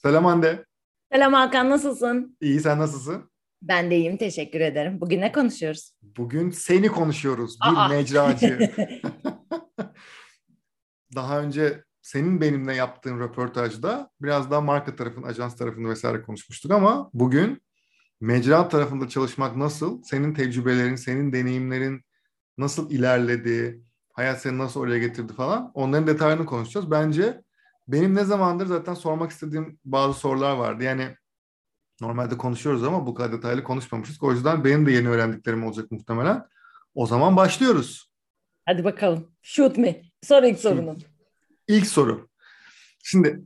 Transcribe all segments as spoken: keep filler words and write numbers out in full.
Selam Hande. Selam Hakan, nasılsın? İyi, sen nasılsın? Ben de iyiyim, teşekkür ederim. Bugün ne konuşuyoruz? Bugün seni konuşuyoruz. Bir Aa! mecracı. Daha önce senin benimle yaptığın röportajda biraz daha marka tarafını, ajans tarafını vesaire konuşmuştuk ama bugün mecra tarafında çalışmak nasıl? Senin tecrübelerin, senin deneyimlerin nasıl ilerledi? Hayat seni nasıl oraya getirdi falan. Onların detaylarını konuşacağız. Bence benim ne zamandır zaten sormak istediğim bazı sorular vardı. Yani normalde konuşuyoruz ama bu kadar detaylı konuşmamışız. O yüzden benim de yeni öğrendiklerim olacak muhtemelen. O zaman başlıyoruz. Hadi bakalım. Shoot me. Sor ilk Şu sorunu. ilk soru. Şimdi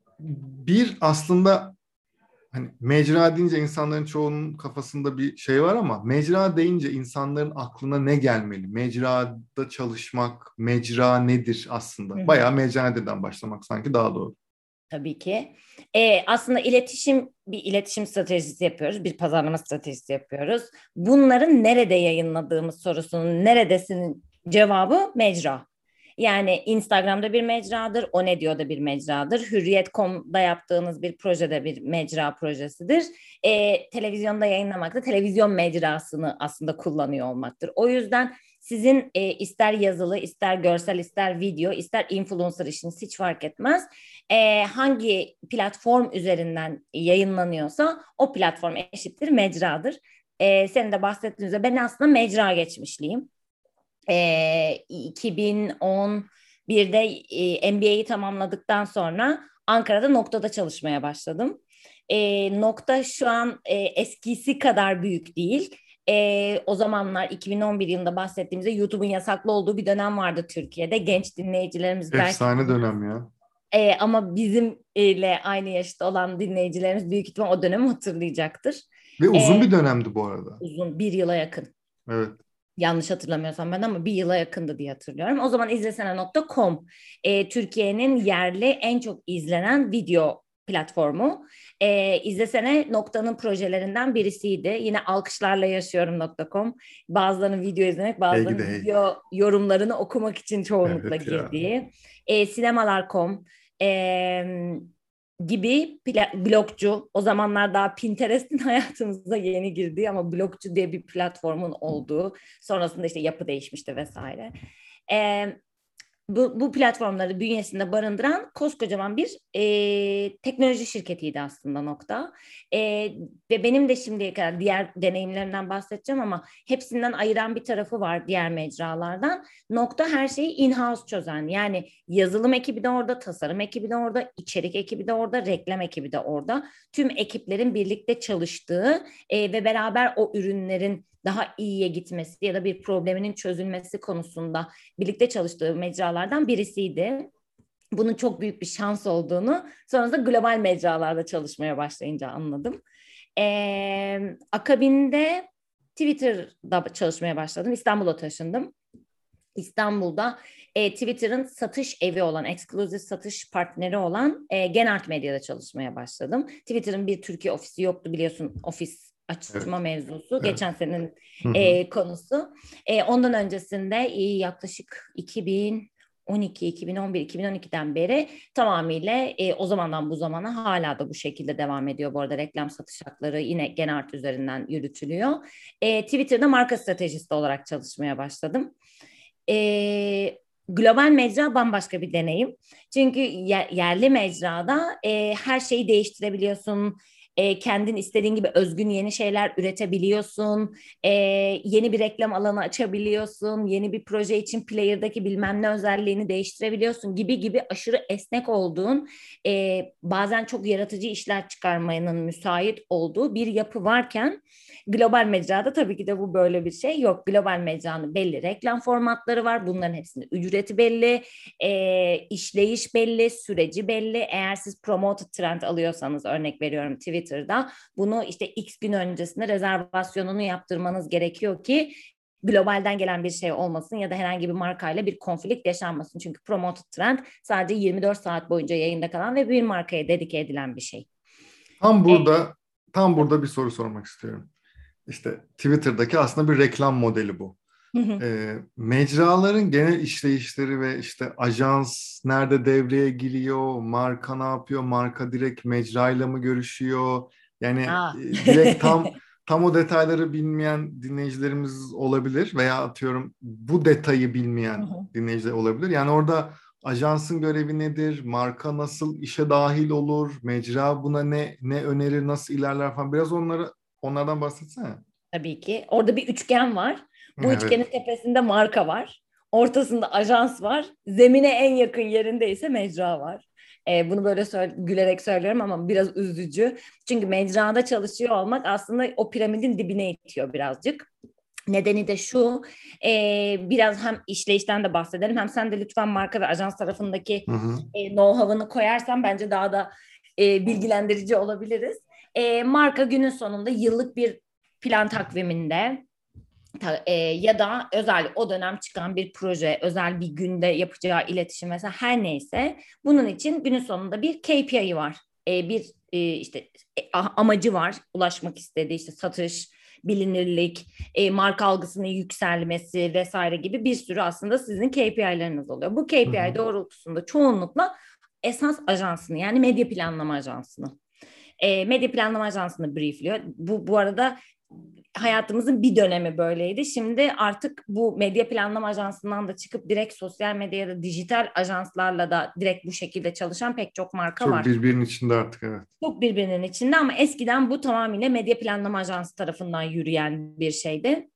bir aslında hani mecra deyince insanların çoğunun kafasında bir şey var ama mecra deyince insanların aklına ne gelmeli? Mecrada çalışmak, mecra nedir Hı aslında? hı. Bayağı mecraneden başlamak sanki daha doğru. Tabii ki. Ee, aslında iletişim bir iletişim stratejisi yapıyoruz, bir pazarlama stratejisi yapıyoruz. Bunların nerede yayınladığımız sorusunun neredesinin cevabı mecra. Yani Instagram'da bir mecradır, O Ne Diyor da bir mecradır, hürriyet nokta com'da yaptığınız bir projede bir mecra projesidir. Ee, televizyonda yayınlamak da televizyon mecrasını aslında kullanıyor olmaktır. O yüzden sizin e, ister yazılı, ister görsel, ister video, ister influencer işiniz hiç fark etmez, e, hangi platform üzerinden yayınlanıyorsa o platform eşittir mecradır. E, senin de bahsettiğin üzere ben aslında mecra geçmişliyim. E, iki bin on birde e, M B A'yi tamamladıktan sonra Ankara'da Nokta'da çalışmaya başladım. E, Nokta şu an e, eskisi kadar büyük değil. E, o zamanlar iki bin on bir yılında bahsettiğimizde YouTube'un yasaklı olduğu bir dönem vardı Türkiye'de. Genç dinleyicilerimiz belki Efsane bilir. dönem ya. E, ama bizimle aynı yaşta olan dinleyicilerimiz büyük ihtimal o dönemi hatırlayacaktır. Ve uzun E, bir dönemdi bu arada. uzun bir yıla yakın. Evet. Yanlış hatırlamıyorsam ben ama bir yıla yakındı diye hatırlıyorum. O zaman izlesene nokta com e, Türkiye'nin yerli en çok izlenen video platformu. E, izlesene noktanın projelerinden birisiydi. Yine alkışlarla yaşıyorum nokta com. Bazılarının video izlemek, Hey gidi bazılarının hey. video yorumlarını okumak için çoğunlukla Evet ya. girdiği. E, sinemalar nokta com. E, gibi pla- blogcu, o zamanlar daha Pinterest'in hayatımıza yeni girdiği ama blogcu diye bir platformun olduğu, sonrasında işte yapı değişmişti vesaire. Ee, bu, bu platformları bünyesinde barındıran koskocaman bir e, teknoloji şirketiydi aslında Nokta. E, ve benim de şimdiye kadar diğer deneyimlerinden bahsedeceğim ama hepsinden ayıran bir tarafı var diğer mecralardan. Nokta her şeyi in-house çözen. Yani yazılım ekibi de orada, tasarım ekibi de orada, içerik ekibi de orada, reklam ekibi de orada. Tüm ekiplerin birlikte çalıştığı e, ve beraber o ürünlerin daha iyiye gitmesi ya da bir probleminin çözülmesi konusunda birlikte çalıştığı mecralardan birisiydi. Bunun çok büyük bir şans olduğunu sonrasında global mecralarda çalışmaya başlayınca anladım. Ee, akabinde Twitter'da çalışmaya başladım. İstanbul'a taşındım. İstanbul'da e, Twitter'ın satış evi olan, ekskluzif satış partneri olan e, Genart Medya'da çalışmaya başladım. Twitter'ın bir Türkiye ofisi yoktu biliyorsun, ofis açma Evet. mevzusu. Evet. Geçen senenin Hı hı. e, konusu. E, ondan öncesinde e, yaklaşık iki bin on iki, iki bin on bir, iki bin on ikiden beri tamamıyla e, o zamandan bu zamana hala da bu şekilde devam ediyor. Bu arada reklam satış hakları yine Genart üzerinden yürütülüyor. E, Twitter'da marka stratejisti olarak çalışmaya başladım. E, global mecra bambaşka bir deneyim. Çünkü yer, yerli mecrada e, her şeyi değiştirebiliyorsun. E, kendin istediğin gibi özgün yeni şeyler üretebiliyorsun. E, yeni bir reklam alanı açabiliyorsun. Yeni bir proje için player'daki bilmem ne özelliğini değiştirebiliyorsun gibi gibi aşırı esnek olduğun, e, bazen çok yaratıcı işler çıkarmanın müsait olduğu bir yapı varken global mecrada tabii ki de bu böyle bir şey yok. Global mecranın belli reklam formatları var. Bunların hepsinin ücreti belli, e, işleyiş belli, süreci belli. Eğer siz promoted trend alıyorsanız, örnek veriyorum Twitter'da, bunu işte X gün öncesinde rezervasyonunu yaptırmanız gerekiyor ki globalden gelen bir şey olmasın ya da herhangi bir markayla bir konflikt yaşanmasın. Çünkü promoted trend sadece yirmi dört saat boyunca yayında kalan ve bir markaya dedike edilen bir şey. Tam E, burada tam burada bir soru sormak istiyorum. İşte Twitter'daki aslında bir reklam modeli bu. Hı hı. E, mecraların genel işleyişleri ve işte ajans nerede devreye giriyor, marka ne yapıyor, marka direkt mecrayla mı görüşüyor? Yani Aa. e, direkt tam tam o detayları bilmeyen dinleyicilerimiz olabilir veya atıyorum bu detayı Hı bilmeyen hı. dinleyiciler olabilir. Yani orada ajansın görevi nedir? Marka nasıl işe dahil olur? Mecra buna ne ne önerir, nasıl ilerler falan. Biraz onları onlardan bahsetsene. Tabii ki. Orada bir üçgen var. Bu üçgenin Evet. tepesinde marka var. Ortasında ajans var. Zemine en yakın yerinde ise mecra var. Ee, bunu böyle söyle- gülerek söylüyorum ama biraz üzücü. Çünkü mecrada çalışıyor olmak aslında o piramidin dibine itiyor birazcık. Nedeni de şu, e, biraz hem işleyişten de bahsedelim, hem sen de lütfen marka ve ajans tarafındaki Hı hı. e, know-how'ını koyarsan bence daha da e, bilgilendirici olabiliriz. E, marka günün sonunda yıllık bir plan takviminde ta- e, ya da özel o dönem çıkan bir proje, özel bir günde yapacağı iletişim mesela her neyse bunun için günün sonunda bir K P I'yi var. E, bir e, işte e, amacı var, ulaşmak istediği işte satış, bilinirlik, e, marka algısının yükselmesi vesaire gibi bir sürü aslında sizin K P I'leriniz oluyor. Bu Hı K P I hı. doğrultusunda çoğunlukla esas ajansını yani medya planlama ajansını e, medya planlama ajansını briefliyor. Bu, bu arada hayatımızın bir dönemi böyleydi. Şimdi artık bu medya planlama ajansından da çıkıp direkt sosyal medya ya da dijital ajanslarla da direkt bu şekilde çalışan pek çok marka Çok var. birbirinin içinde artık, evet. Çok birbirinin içinde ama eskiden bu tamamıyla medya planlama ajansı tarafından yürüyen bir şeydi.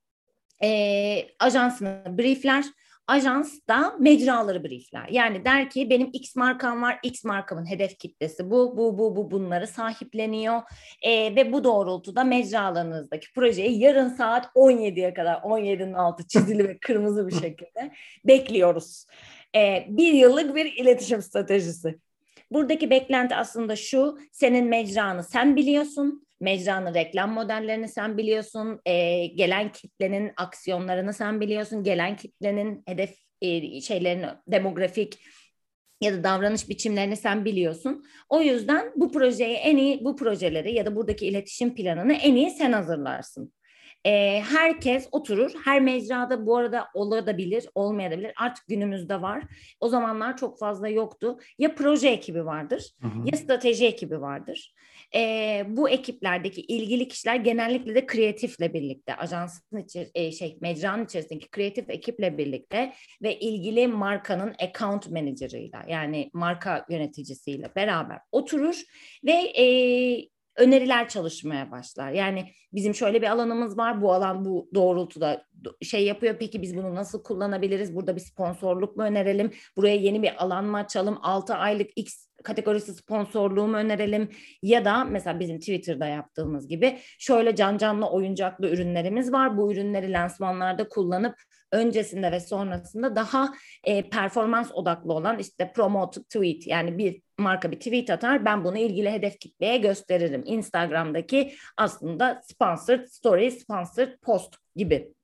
E, ajansını briefler. Ajans da mecraları briefler. Yani der ki benim X markam var. X markamın hedef kitlesi bu, bu, bu, bu bunları sahipleniyor. E, ve bu doğrultuda mecralarınızdaki projeyi yarın saat on yediye kadar on yedinin altı çizili ve kırmızı bir şekilde bekliyoruz. E, bir yıllık bir iletişim stratejisi. Buradaki beklenti aslında şu, senin mecranı sen biliyorsun, mecranın reklam modellerini sen biliyorsun, e, gelen kitlenin aksiyonlarını sen biliyorsun, gelen kitlenin hedef e, şeylerini, demografik ya da davranış biçimlerini sen biliyorsun. O yüzden bu projeyi en iyi, bu projeleri ya da buradaki iletişim planını en iyi sen hazırlarsın. E, herkes oturur. Her mecrada bu arada olabilir, olmayabilir. Artık günümüzde var. O zamanlar çok fazla yoktu. Ya proje ekibi vardır, Hı hı. ya strateji ekibi vardır. E, bu ekiplerdeki ilgili kişiler genellikle de kreatifle birlikte, ajansın içi, e, şey, mecranın içerisindeki kreatif ekiple birlikte ve ilgili markanın account manager'ıyla yani marka yöneticisiyle beraber oturur ve e, öneriler çalışmaya başlar. Yani bizim şöyle bir alanımız var. Bu alan bu doğrultuda şey yapıyor. Peki biz bunu nasıl kullanabiliriz? Burada bir sponsorluk mu önerelim? Buraya yeni bir alan mı açalım? altı aylık X kategorisi sponsorluğu mu önerelim? Ya da mesela bizim Twitter'da yaptığımız gibi şöyle can canlı oyuncaklı ürünlerimiz var. Bu ürünleri lansmanlarda kullanıp öncesinde ve sonrasında daha e, performans odaklı olan işte promoted tweet yani bir marka bir tweet atar ben bunu ilgili hedef kitleye gösteririm. Instagram'daki aslında sponsored story, sponsored post gibi.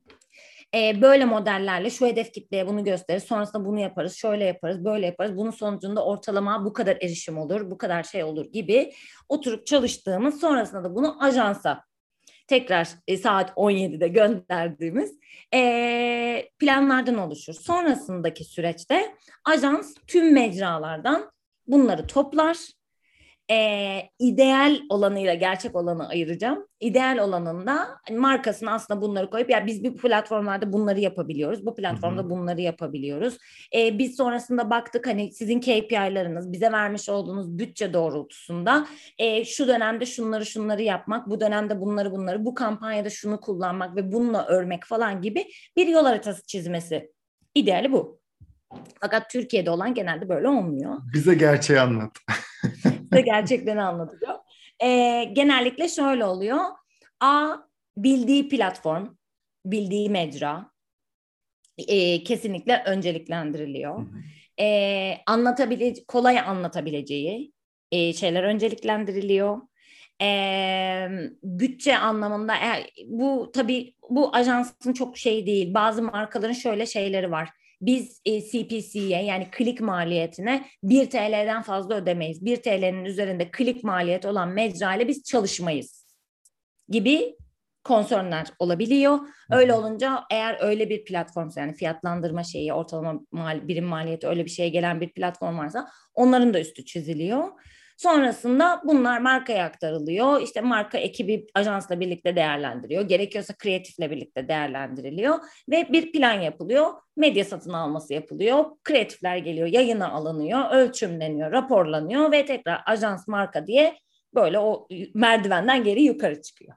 E, böyle modellerle şu hedef kitleye bunu gösteririz. Sonrasında bunu yaparız, şöyle yaparız, böyle yaparız. Bunun sonucunda ortalama bu kadar erişim olur, bu kadar şey olur gibi oturup çalıştığımız sonrasında da bunu ajansa tekrar e, saat on yedide gönderdiğimiz e, planlardan oluşur. Sonrasındaki süreçte ajans tüm mecralardan bunları toplar. E, ideal olanıyla gerçek olanı ayıracağım. İdeal olanında hani markasını aslında bunları koyup ya biz bu platformlarda bunları yapabiliyoruz. Bu Hı hı. platformda bunları yapabiliyoruz. E, biz sonrasında baktık hani sizin K P I'larınız bize vermiş olduğunuz bütçe doğrultusunda e, şu dönemde şunları şunları yapmak, bu dönemde bunları bunları, bu kampanyada şunu kullanmak ve bununla örmek falan gibi bir yol haritası çizmesi. İdeali bu. Fakat Türkiye'de olan genelde böyle olmuyor. Bize gerçeği anlat. Size gerçekten anlatacağım. Ee, genellikle şöyle oluyor. A, bildiği platform, bildiği mecra e, kesinlikle Hı önceliklendiriliyor. hı. E, anlatabile kolay anlatabileceği e, şeyler önceliklendiriliyor. E, bütçe anlamında e, bu tabii bu ajansın çok şey değil. Bazı markaların şöyle şeyleri var. Biz e, C P C'ye yani klik maliyetine bir T L'den fazla ödemeyiz. bir T L'nin üzerinde klik maliyeti olan mecra ile biz çalışmayız gibi konsörler olabiliyor. Öyle olunca eğer öyle bir platform, yani fiyatlandırma şeyi, ortalama mal, birim maliyeti öyle bir şeye gelen bir platform varsa onların da üstü çiziliyor. Sonrasında bunlar markaya aktarılıyor. İşte marka ekibi ajansla birlikte değerlendiriyor. Gerekiyorsa kreatifle birlikte değerlendiriliyor ve bir plan yapılıyor. Medya satın alması yapılıyor. Kreatifler geliyor, yayına alınıyor, ölçümleniyor, raporlanıyor ve tekrar ajans marka diye böyle o merdivenden geri yukarı çıkıyor.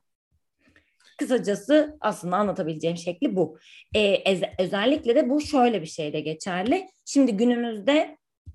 Kısacası aslında anlatabileceğim şekli bu. Ee, özellikle de bu şöyle bir şeyde geçerli. Şimdi günümüzde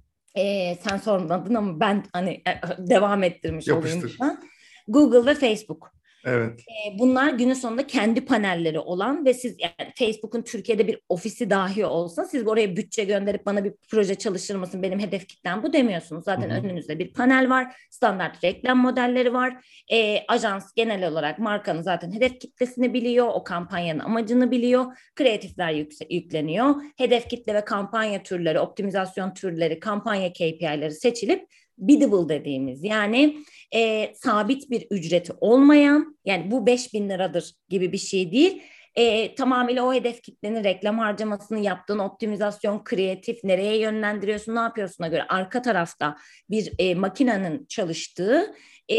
e, sen sormadın ama ben hani devam ettirmiş Yapıştır. olayım. Google ve Facebook. Evet. Bunlar günün sonunda kendi panelleri olan ve siz, yani Facebook'un Türkiye'de bir ofisi dahi olsa siz oraya bütçe gönderip bana bir proje çalıştırır mısın, benim hedef kitlem bu demiyorsunuz. Zaten hı hı. Önünüzde bir panel var, standart reklam modelleri var. E, ajans genel olarak markanın zaten hedef kitlesini biliyor, o kampanyanın amacını biliyor. Kreatifler yükse- yükleniyor. Hedef kitle ve kampanya türleri, optimizasyon türleri, kampanya K P I'leri seçilip biddable dediğimiz, yani e, sabit bir ücreti olmayan, yani bu beş bin liradır gibi bir şey değil. E, tamamıyla o hedef kitlenin reklam harcamasını yaptığın optimizasyon, kreatif, nereye yönlendiriyorsun, ne yapıyorsun'a göre arka tarafta bir e, makinenin çalıştığı e,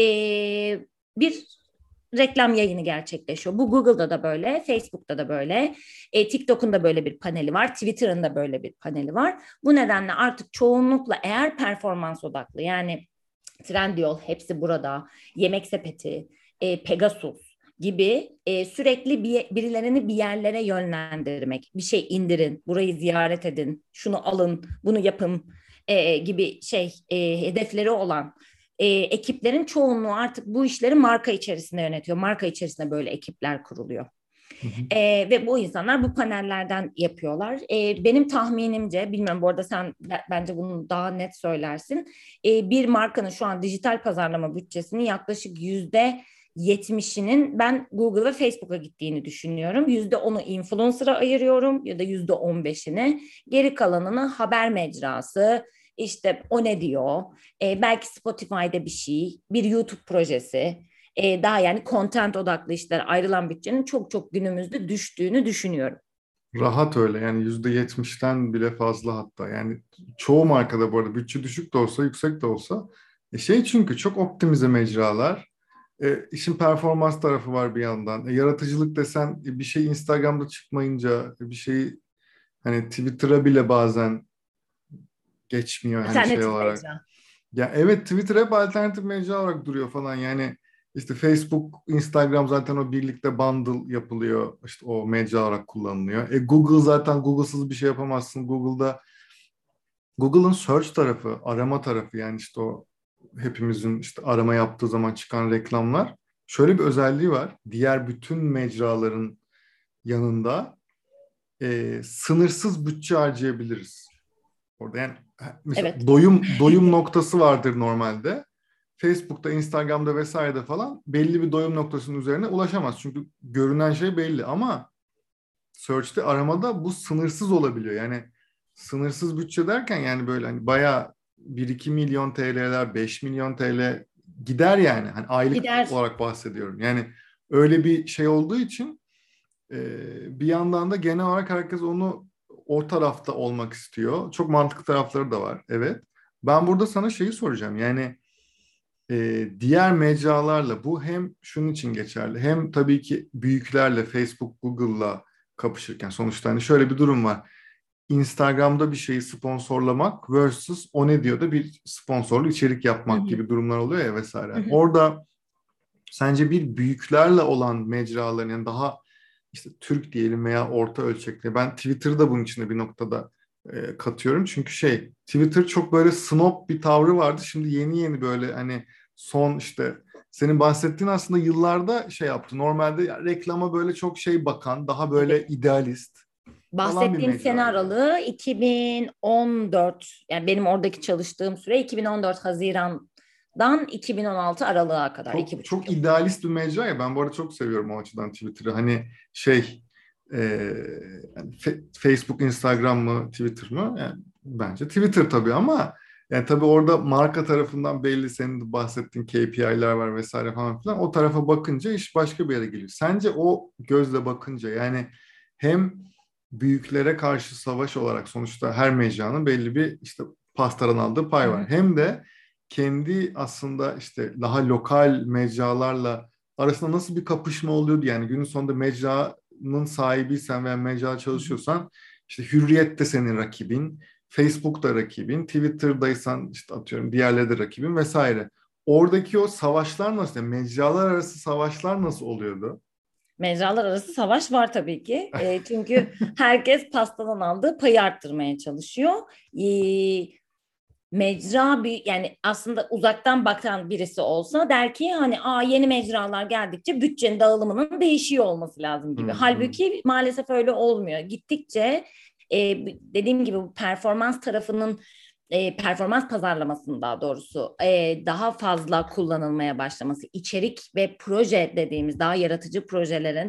bir reklam yayını gerçekleşiyor. Bu Google'da da böyle, Facebook'ta da böyle, e, TikTok'un da böyle bir paneli var, Twitter'ın da böyle bir paneli var. Bu nedenle artık çoğunlukla eğer performans odaklı, yani Trendyol, hepsi burada, Yemek Sepeti, e, Pegasus gibi e, sürekli bir, birilerini bir yerlere yönlendirmek, bir şey indirin, burayı ziyaret edin, şunu alın, bunu yapın e, gibi şey e, hedefleri olan e, ekiplerin çoğunluğu artık bu işleri marka içerisinde yönetiyor. Marka içerisinde böyle ekipler kuruluyor. Hı hı. E, ve bu insanlar bu panellerden yapıyorlar. E, benim tahminimce, bilmiyorum bu arada sen b- bence bunu daha net söylersin. E, bir markanın şu an dijital pazarlama bütçesinin yaklaşık yüzde yetmişinin ben Google ve Facebook'a gittiğini düşünüyorum. Yüzde onu influencer'a ayırıyorum ya da yüzde on beşini. Geri kalanını haber mecrası, işte o ne diyor, e, belki Spotify'da bir şey, bir YouTube projesi. E, daha yani content odaklı işler ayrılan bütçenin çok çok günümüzde düştüğünü düşünüyorum. Rahat öyle, yani yüzde yetmişten bile fazla hatta. Yani çoğu markada bu arada bütçe düşük de olsa yüksek de olsa e şey, çünkü çok optimize mecralar. E, işin performans tarafı var bir yandan. E, yaratıcılık desen e, bir şey Instagram'da çıkmayınca e, bir şey hani Twitter'a bile bazen geçmiyor hani şey Alternatif olarak. mecra. Ya evet, Twitter hep alternatif mecra olarak duruyor falan. Yani işte Facebook, Instagram zaten o birlikte bundle yapılıyor. İşte o mecra olarak kullanılıyor. E Google zaten, Google'sız bir şey yapamazsın. Google'da Google'ın search tarafı, arama tarafı, yani işte o hepimizin işte arama yaptığı zaman çıkan reklamlar. Şöyle bir özelliği var. Diğer bütün mecraların yanında e, sınırsız bütçe harcayabiliriz. Orada yani mesela Evet. doyum doyum noktası vardır normalde. Facebook'ta, Instagram'da vesairede falan belli bir doyum noktasının üzerine ulaşamaz. Çünkü görünen şey belli, ama search'te, aramada bu sınırsız olabiliyor. Yani sınırsız bütçe derken yani böyle hani bayağı bir iki milyon T L'ler, beş milyon T L gider yani. Hani aylık Gider. olarak bahsediyorum. Yani öyle bir şey olduğu için e, bir yandan da genel olarak herkes onu o tarafta olmak istiyor. Çok mantıklı tarafları da var. Evet. Ben burada sana şeyi soracağım. Yani e, diğer mecralarla bu hem şunun için geçerli. Hem tabii ki büyüklerle, Facebook, Google'la kapışırken sonuçta hani şöyle bir durum var. Instagram'da bir şeyi sponsorlamak versus o ne diyor da bir sponsorlu içerik Hı yapmak hı. gibi durumlar oluyor ya vesaire. Hı Yani hı. orada sence bir büyüklerle olan mecraların, yani daha işte Türk diyelim veya orta ölçekli. Ben Twitter'ı da bunun içinde bir noktada e, katıyorum. Çünkü şey, Twitter çok böyle snob bir tavrı vardı. Şimdi yeni yeni böyle hani son işte senin bahsettiğin aslında yıllarda şey yaptı. Normalde ya, reklama böyle çok şey bakan, daha böyle Tabii. idealist falan bir Bahsettiğim sene mecraydı. aralığı iki bin on dört, yani benim oradaki çalıştığım süre iki bin on dört Haziran'dan iki bin on altı aralığa kadar, iki Çok buçuk çok yıl. idealist bir mecra ya. Ben bu arada çok seviyorum o açıdan Twitter'ı. Hani şey e, yani Fe- Facebook, Instagram mı, Twitter mı? Yani bence Twitter tabii, ama Yani tabii orada marka tarafından belli senin de bahsettiğin K P I'ler var vesaire falan filan. O tarafa bakınca iş başka bir yere geliyor. Sence o gözle bakınca yani hem büyüklere karşı savaş olarak sonuçta her mecranın belli bir işte pastadan aldığı Hı pay var. hı. Hem de kendi aslında işte daha lokal mecralarla arasında nasıl bir kapışma oluyordu? Yani günün sonunda mecranın sahibiysen veya mecra Hı hı. çalışıyorsan işte Hürriyet de senin rakibin. Facebook'ta rakibin, Twitter'daysan işte atıyorum diğerleri de rakibin vesaire. Oradaki o savaşlar nasıl? Yani mecralar arası savaşlar nasıl oluyordu? Mecralar arası savaş var tabii ki. E, çünkü herkes pastadan aldığı payı arttırmaya çalışıyor. E, mecra bir yani aslında uzaktan bakan birisi olsa der ki hani aa yeni mecralar geldikçe bütçenin dağılımının değişiyor olması lazım Hı gibi. hı. Halbuki maalesef öyle olmuyor. Gittikçe e, dediğim gibi bu performans tarafının e, performans pazarlamasının daha doğrusu e, daha fazla kullanılmaya başlaması, içerik ve proje dediğimiz daha yaratıcı projelerin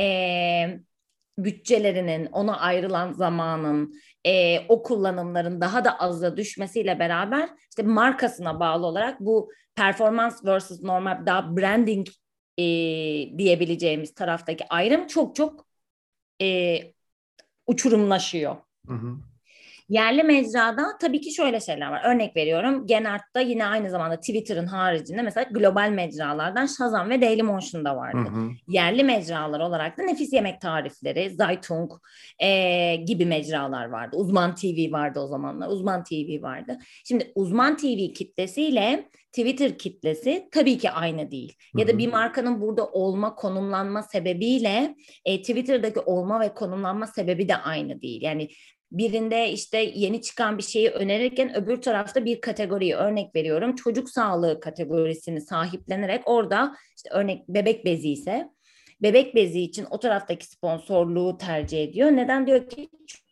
e, bütçelerinin, ona ayrılan zamanın, e, o kullanımların daha da aza düşmesiyle beraber işte markasına bağlı olarak bu performans versus normal daha branding e, diyebileceğimiz taraftaki ayrım çok çok e, uçurumlaşıyor. Hı hı. Yerli mecrada tabii ki şöyle şeyler var. Örnek veriyorum. Genart'ta yine aynı zamanda Twitter'ın haricinde mesela global mecralardan Shazam ve Dailymotion'da Hı vardı. hı. Yerli mecralar olarak da Nefis Yemek Tarifleri, Zaytung e, gibi mecralar vardı. Uzman T V vardı o zamanlar. Uzman T V vardı. Şimdi Uzman T V kitlesiyle Twitter kitlesi tabii ki aynı değil. Hı Ya da hı. bir markanın burada olma, konumlanma sebebiyle e, Twitter'daki olma ve konumlanma sebebi de aynı değil. Yani birinde işte yeni çıkan bir şeyi önerirken öbür tarafta bir kategoriyi örnek veriyorum. Çocuk sağlığı kategorisini sahiplenerek orada işte örnek bebek bezi ise bebek bezi için o taraftaki sponsorluğu tercih ediyor. Neden diyor ki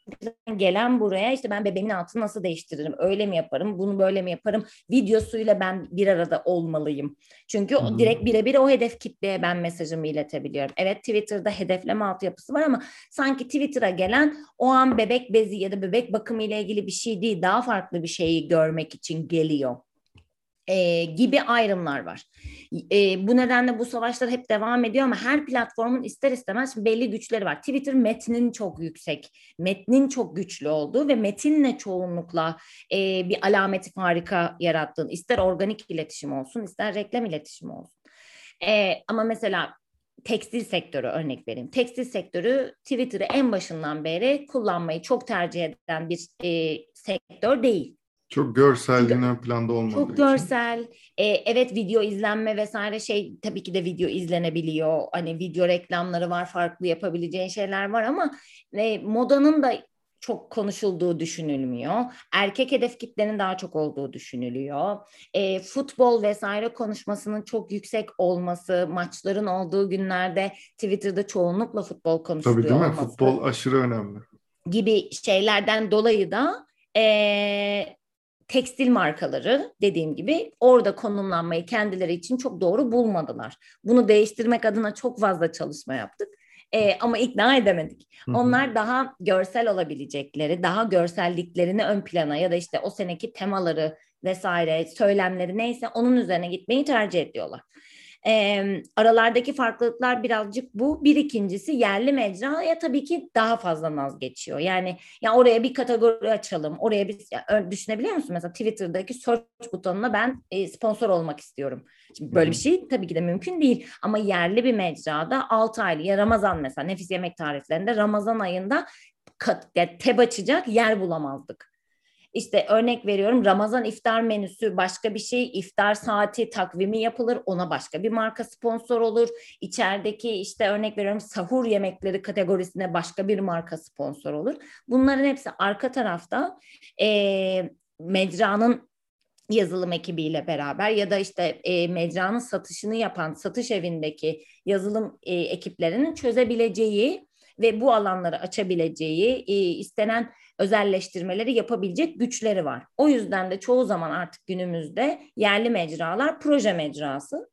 gelen buraya işte ben bebeğimin altını nasıl değiştiririm? Öyle mi yaparım? Bunu böyle mi yaparım? Videosuyla ben bir arada olmalıyım. Çünkü Hı hı. direkt birebir o hedef kitleye ben mesajımı iletebiliyorum. Evet Twitter'da hedefleme altyapısı var ama sanki Twitter'a gelen o an bebek bezi ya da bebek bakımı ile ilgili bir şey değil, daha farklı bir şeyi görmek için geliyor. E, gibi ayrımlar var. E, bu nedenle bu savaşlar hep devam ediyor ama her platformun ister istemez belli güçleri var. Twitter metnin çok yüksek, metnin çok güçlü olduğu ve metinle çoğunlukla e, bir alameti farika yarattığın, ister organik iletişim olsun, ister reklam iletişimi olsun. E, ama mesela tekstil sektörü örnek vereyim. Tekstil sektörü Twitter'ı en başından beri kullanmayı çok tercih eden bir e, sektör değil. Çok görselliğin Çünkü ön planda olmadığı çok için. görsel, e, evet video izlenme vesaire şey tabii ki de video izlenebiliyor. Hani video reklamları var, farklı yapabileceğin şeyler var ama e, modanın da çok konuşulduğu düşünülmüyor. Erkek hedef kitlenin daha çok olduğu düşünülüyor. E, futbol vesaire konuşmasının çok yüksek olması, maçların olduğu günlerde Twitter'da çoğunlukla futbol Tabii konuşuluyor değil mi? olması Futbol aşırı önemli. gibi şeylerden dolayı da e, tekstil markaları dediğim gibi orada konumlanmayı kendileri için çok doğru bulmadılar. Bunu değiştirmek adına çok fazla çalışma yaptık. E, ama ikna edemedik. Hı hı. Onlar daha görsel olabilecekleri, daha görselliklerini ön plana ya da işte o seneki temaları vesaire, söylemleri neyse onun üzerine gitmeyi tercih ediyorlar. E, aralardaki farklılıklar birazcık bu. Bir ikincisi yerli mecraya tabii ki daha fazla naz geçiyor. Yani ya oraya bir kategori açalım. Oraya bir ya, düşünebiliyor musun? Mesela Twitter'daki search butonuna ben e, sponsor olmak istiyorum. Şimdi Hı böyle hı. bir şey tabii ki de mümkün değil. Ama yerli bir mecrada altı aylı ya Ramazan mesela nefis yemek tariflerinde Ramazan ayında kat, yani tab açacak yer bulamazdık. İşte örnek veriyorum Ramazan iftar menüsü başka bir şey, iftar saati takvimi yapılır, ona başka bir marka sponsor olur. İçerideki işte örnek veriyorum sahur yemekleri kategorisine başka bir marka sponsor olur. Bunların hepsi arka tarafta e, mecranın yazılım ekibiyle beraber ya da işte e, mecranın satışını yapan satış evindeki yazılım e, ekiplerinin çözebileceği ve bu alanları açabileceği, e, istenen özelleştirmeleri yapabilecek güçleri var. O yüzden de çoğu zaman artık günümüzde yerli mecralar proje mecrası.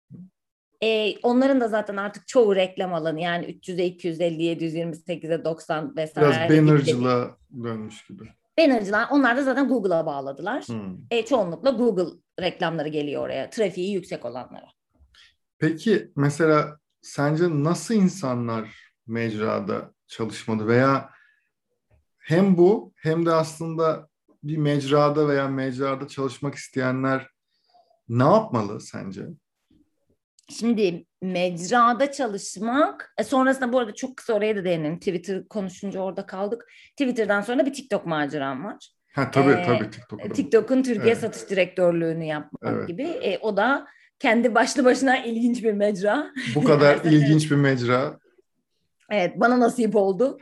E, onların da zaten artık çoğu reklam alanı yani üç yüze, iki yüz elli, yedi yüz yirmi sekize, doksan Biraz vesaire gibi de bannercılığa dönmüş gibi. Bannercılar, onlar da zaten Google'a bağladılar. Hmm. E, çoğunlukla Google reklamları geliyor oraya, trafiği yüksek olanlara. Peki mesela sence nasıl insanlar mecrada çalışmalı veya hem bu hem de aslında bir mecrada veya mecrada çalışmak isteyenler ne yapmalı sence? Şimdi mecrada çalışmak, e, sonrasında bu arada çok kısa oraya da değinelim. Twitter konuşunca orada kaldık. Twitter'dan sonra bir TikTok maceram var. Ha tabii E, tabii TikTok'u da TikTok'un Türkiye evet, satış direktörlüğünü yapmak evet. gibi. E, o da kendi başlı başına ilginç bir mecra. Bu Her kadar seferinde. ilginç bir mecra. Evet, bana nasip oldu.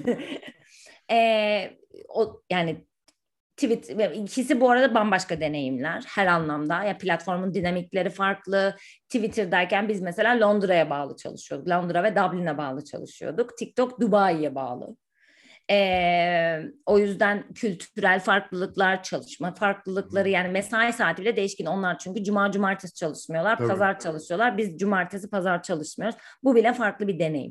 e, o yani Tweet, ikisi bu arada bambaşka deneyimler her anlamda. Ya platformun dinamikleri farklı. Twitter'dayken biz mesela Londra'ya bağlı çalışıyorduk. Londra ve Dublin'e bağlı çalışıyorduk. TikTok Dubai'ye bağlı. Ee, o yüzden kültürel farklılıklar, çalışma farklılıkları, yani mesai saati bile değişkin. Onlar çünkü cuma cumartesi çalışmıyorlar, Tabii. pazar çalışıyorlar. Biz cumartesi pazar çalışmıyoruz. Bu bile farklı bir deneyim.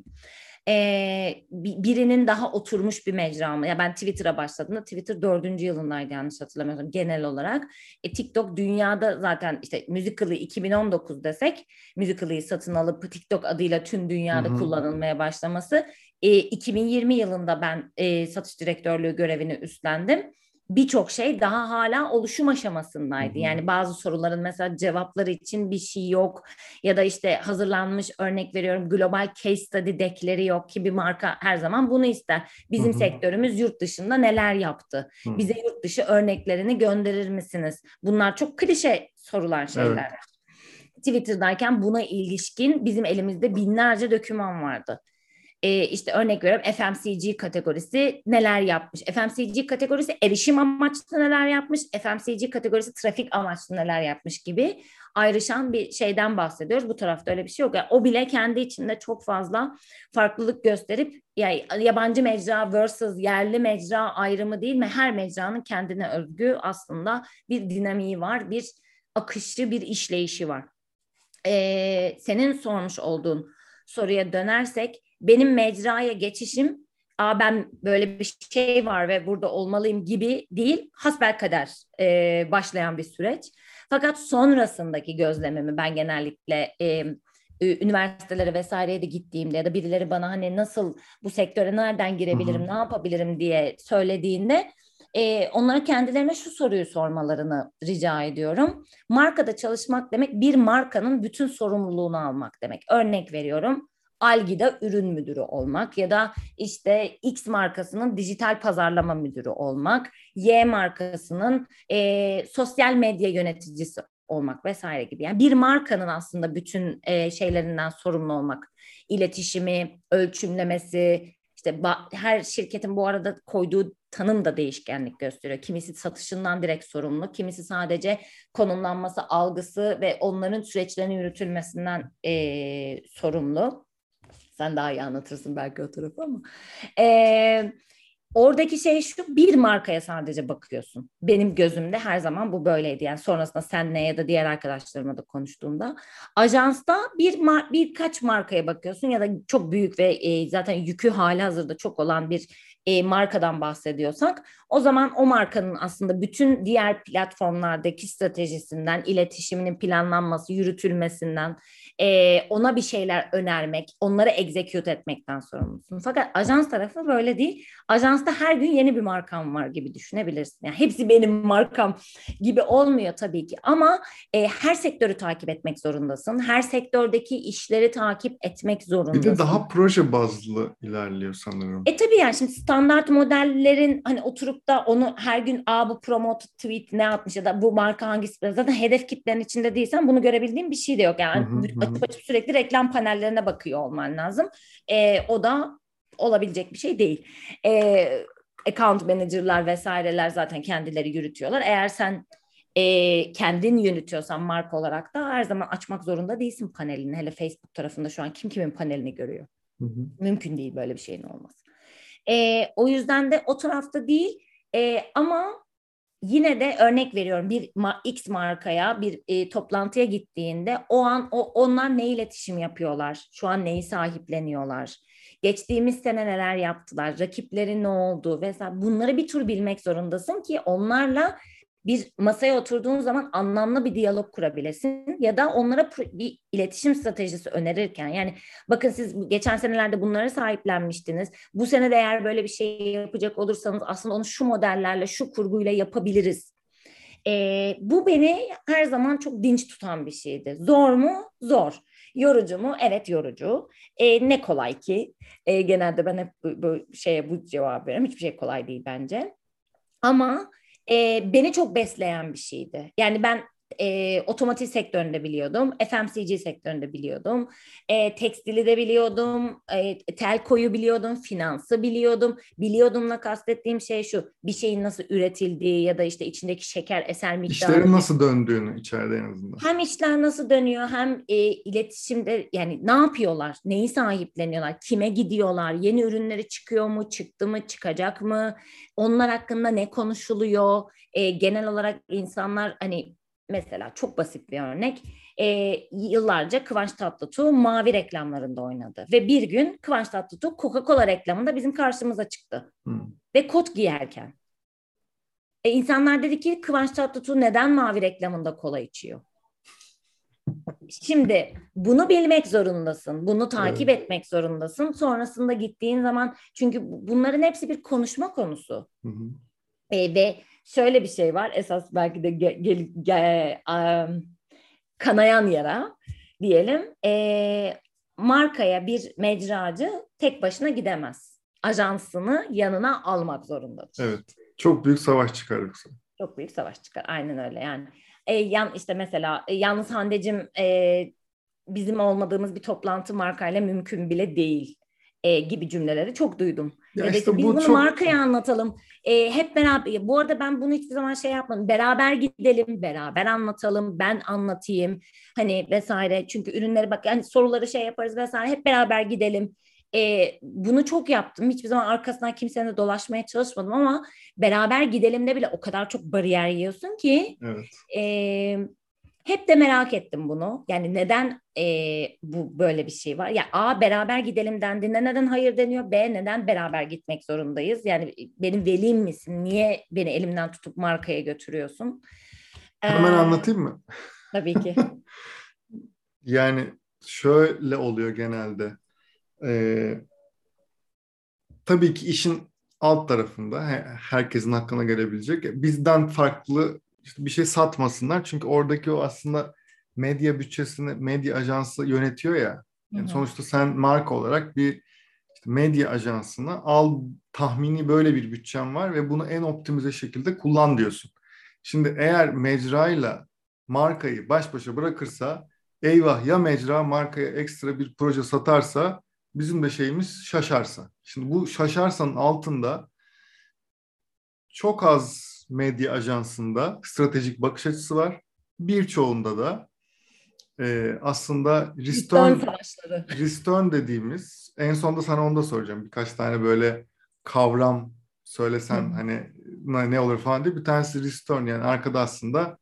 Ee, birinin daha oturmuş bir mecra mı? Ya ben Twitter'a başladığımda Twitter dördüncü yılındaydı yanlış hatırlamıyorsam genel olarak. E, TikTok dünyada zaten işte Musical.ly iki bin on dokuz desek, Musical.ly'yi satın alıp TikTok adıyla tüm Hı dünyada hı. kullanılmaya başlaması. E, iki bin yirmi yılında ben e, satış direktörlüğü görevini üstlendim. Birçok şey daha hala oluşum aşamasındaydı. Hı hı. Yani bazı soruların mesela cevapları için bir şey yok. Ya da işte hazırlanmış, örnek veriyorum, global case study deckleri yok ki bir marka her zaman bunu ister. Bizim Hı hı. sektörümüz yurt dışında neler yaptı? Hı. Bize yurt dışı örneklerini gönderir misiniz? Bunlar çok klişe sorulan şeyler. Evet. Twitter'dayken buna ilişkin bizim elimizde binlerce doküman vardı. E, işte örnek veriyorum, F M C G kategorisi neler yapmış? F M C G kategorisi erişim amaçlı neler yapmış? F M C G kategorisi trafik amaçlı neler yapmış gibi ayrışan bir şeyden bahsediyoruz. Bu tarafta öyle bir şey yok. Yani o bile kendi içinde çok fazla farklılık gösterip, yani yabancı mecra versus yerli mecra ayrımı değil mi? Her mecranın kendine özgü aslında bir dinamiği var, bir akışı, bir işleyişi var. Ee, senin sormuş olduğun soruya dönersek, benim mecraya geçişim, Aa, ben böyle bir şey var ve burada olmalıyım gibi değil, hasbelkader e, başlayan bir süreç. Fakat sonrasındaki gözlemimi ben genellikle e, üniversitelere vesaireye de gittiğimde ya da birileri bana hani nasıl bu sektöre nereden Hı hı. girebilirim, ne yapabilirim diye söylediğinde e, onlara kendilerine şu soruyu sormalarını rica ediyorum. Markada çalışmak demek bir markanın bütün sorumluluğunu almak demek. Örnek veriyorum, Algida ürün müdürü olmak ya da işte X markasının dijital pazarlama müdürü olmak, Y markasının e, sosyal medya yöneticisi olmak vesaire gibi. Yani bir markanın aslında bütün e, şeylerinden sorumlu olmak. İletişimi, ölçümlemesi, işte her şirketin bu arada koyduğu tanım da değişkenlik gösteriyor. Kimisi satışından direkt sorumlu, kimisi sadece konumlanması, algısı ve onların süreçlerinin yürütülmesinden e, sorumlu. Sen daha iyi anlatırsın belki o tarafı ama. E, Oradaki şey şu: bir markaya sadece bakıyorsun. Benim gözümde her zaman bu böyleydi. Yani sonrasında senle ya da diğer arkadaşlarıma da konuştuğumda. Ajansta bir mar- birkaç markaya bakıyorsun ya da çok büyük ve e, zaten yükü halihazırda çok olan bir e, markadan bahsediyorsak, o zaman o markanın aslında bütün diğer platformlardaki stratejisinden, iletişiminin planlanması, yürütülmesinden, e, ona bir şeyler önermek, onları execute etmekten sorumlusun. Fakat ajans tarafı böyle değil. Ajansta her gün yeni bir markam var gibi düşünebilirsin. Yani hepsi benim markam gibi olmuyor tabii ki, ama e, her sektörü takip etmek zorundasın. Her sektördeki işleri takip etmek Bir de zorundasın. daha proje bazlı ilerliyor sanırım. E tabii, yani şimdi standart modellerin hani oturup da onu her gün, aa bu promoted tweet ne atmış ya da bu marka hangisi, zaten hedef kitlenin içinde değilsen bunu görebildiğin bir şey de yok. Hı Yani hı hı. açıp açıp sürekli reklam panellerine bakıyor olman lazım. E, o da olabilecek bir şey değil. E, Account manager'lar vesaireler zaten kendileri yürütüyorlar. Eğer sen e, kendin yönetiyorsan marka olarak da her zaman açmak zorunda değilsin panelini. Hele Facebook tarafında şu an kim kimin panelini görüyor? Hı hı. Mümkün değil böyle bir şeyin olması. E, o yüzden de o tarafta değil, e, ama yine de örnek veriyorum, bir ma- X markaya bir e, toplantıya gittiğinde o an o onlar ne iletişim yapıyorlar? Şu an neyi sahipleniyorlar? Geçtiğimiz sene neler yaptılar? Rakipleri ne oldu? Vesaire. Bunları bir tur bilmek zorundasın ki onlarla bir masaya oturduğun zaman anlamlı bir diyalog kurabilesin ya da onlara bir iletişim stratejisi önerirken, yani bakın siz geçen senelerde bunlara sahiplenmiştiniz. Bu sene de eğer böyle bir şey yapacak olursanız aslında onu şu modellerle, şu kurguyla yapabiliriz. Ee, bu beni her zaman çok dinç tutan bir şeydi. Zor mu? Zor. Yorucu mu? Evet, yorucu. Ee, ne kolay ki? Ee, genelde ben hep bu, bu şeye bu cevap veririm. Hiçbir şey kolay değil bence. Ama e, beni çok besleyen bir şeydi. Yani ben e, otomotiv sektöründe biliyordum, F M C G sektöründe biliyordum, e, tekstili de biliyordum, e, telkoyu biliyordum, finansı biliyordum. Biliyordumla kastettiğim şey şu: bir şeyin nasıl üretildiği ya da işte içindeki şeker eser miktarı. İşlerin nasıl döndüğünü içeride en azından. Hem işler nasıl dönüyor, hem e, iletişimde yani ne yapıyorlar, neyi sahipleniyorlar, kime gidiyorlar, yeni ürünleri çıkıyor mu, çıktı mı, çıkacak mı, onlar hakkında ne konuşuluyor. E, genel olarak insanlar, hani mesela çok basit bir örnek, e, yıllarca Kıvanç Tatlıtuğ mavi reklamlarında oynadı ve bir gün Kıvanç Tatlıtuğ Coca-Cola reklamında bizim karşımıza çıktı Hmm. ve kot giyerken. E, insanlar dedi ki Kıvanç Tatlıtuğ neden mavi reklamında kola içiyor? Şimdi bunu bilmek zorundasın. Bunu takip Evet. etmek zorundasın. Sonrasında gittiğin zaman, çünkü bunların hepsi bir konuşma konusu. Hı hı. E, ve şöyle bir şey var. Esas belki de ge, ge, ge, um, kanayan yara diyelim. E, markaya bir mecracı tek başına gidemez. Ajansını yanına almak zorundadır. Evet. Çok büyük savaş çıkar yoksa. Çok büyük savaş çıkar. Aynen öyle yani. E, yan işte mesela e, yalnız Hande'cim, e, bizim olmadığımız bir toplantı markayla mümkün bile değil e, gibi cümleleri çok duydum. Ya Ya da işte işte biz bu bunu çok markaya anlatalım. E, hep beraber. Bu arada ben bunu hiçbir zaman şey yapmadım. Beraber gidelim, beraber anlatalım, ben anlatayım. Hani vesaire. Çünkü ürünleri bak, yani soruları şey yaparız vesaire. Hep beraber gidelim. E, bunu çok yaptım. Hiçbir zaman arkasından kimsenin de dolaşmaya çalışmadım ama beraber gidelimde bile o kadar çok bariyer yiyorsun ki. evet. E, Hep de merak ettim bunu. Yani neden e, bu böyle bir şey var? Ya A, beraber gidelim dendiğinde neden hayır deniyor? B, neden beraber gitmek zorundayız? Yani benim velim misin? Niye beni elimden tutup markaya götürüyorsun? Hemen Ee, anlatayım mı? tabii ki. Yani şöyle oluyor genelde. Ee, tabii ki işin alt tarafında he- herkesin hakkına gelebilecek. Bizden farklı işte bir şey satmasınlar. Çünkü oradaki o aslında medya bütçesini medya ajansı yönetiyor ya. Hı Yani hı. sonuçta sen marka olarak bir işte medya ajansını al, tahmini böyle bir bütçem var ve bunu en optimize şekilde kullan diyorsun. Şimdi eğer mecrayla markayı baş başa bırakırsa, eyvah, ya mecra markaya ekstra bir proje satarsa, bizim de şeyimiz şaşarsa. Şimdi bu şaşarsanın altında çok az medya ajansında stratejik bakış açısı var. Birçoğunda da e, aslında Return return, savaşları. return dediğimiz, en sonunda sana onu da soracağım. Birkaç tane böyle kavram Hı söylesen hı. hani ne ne olur falan diye. Bir tanesi return, yani arkada aslında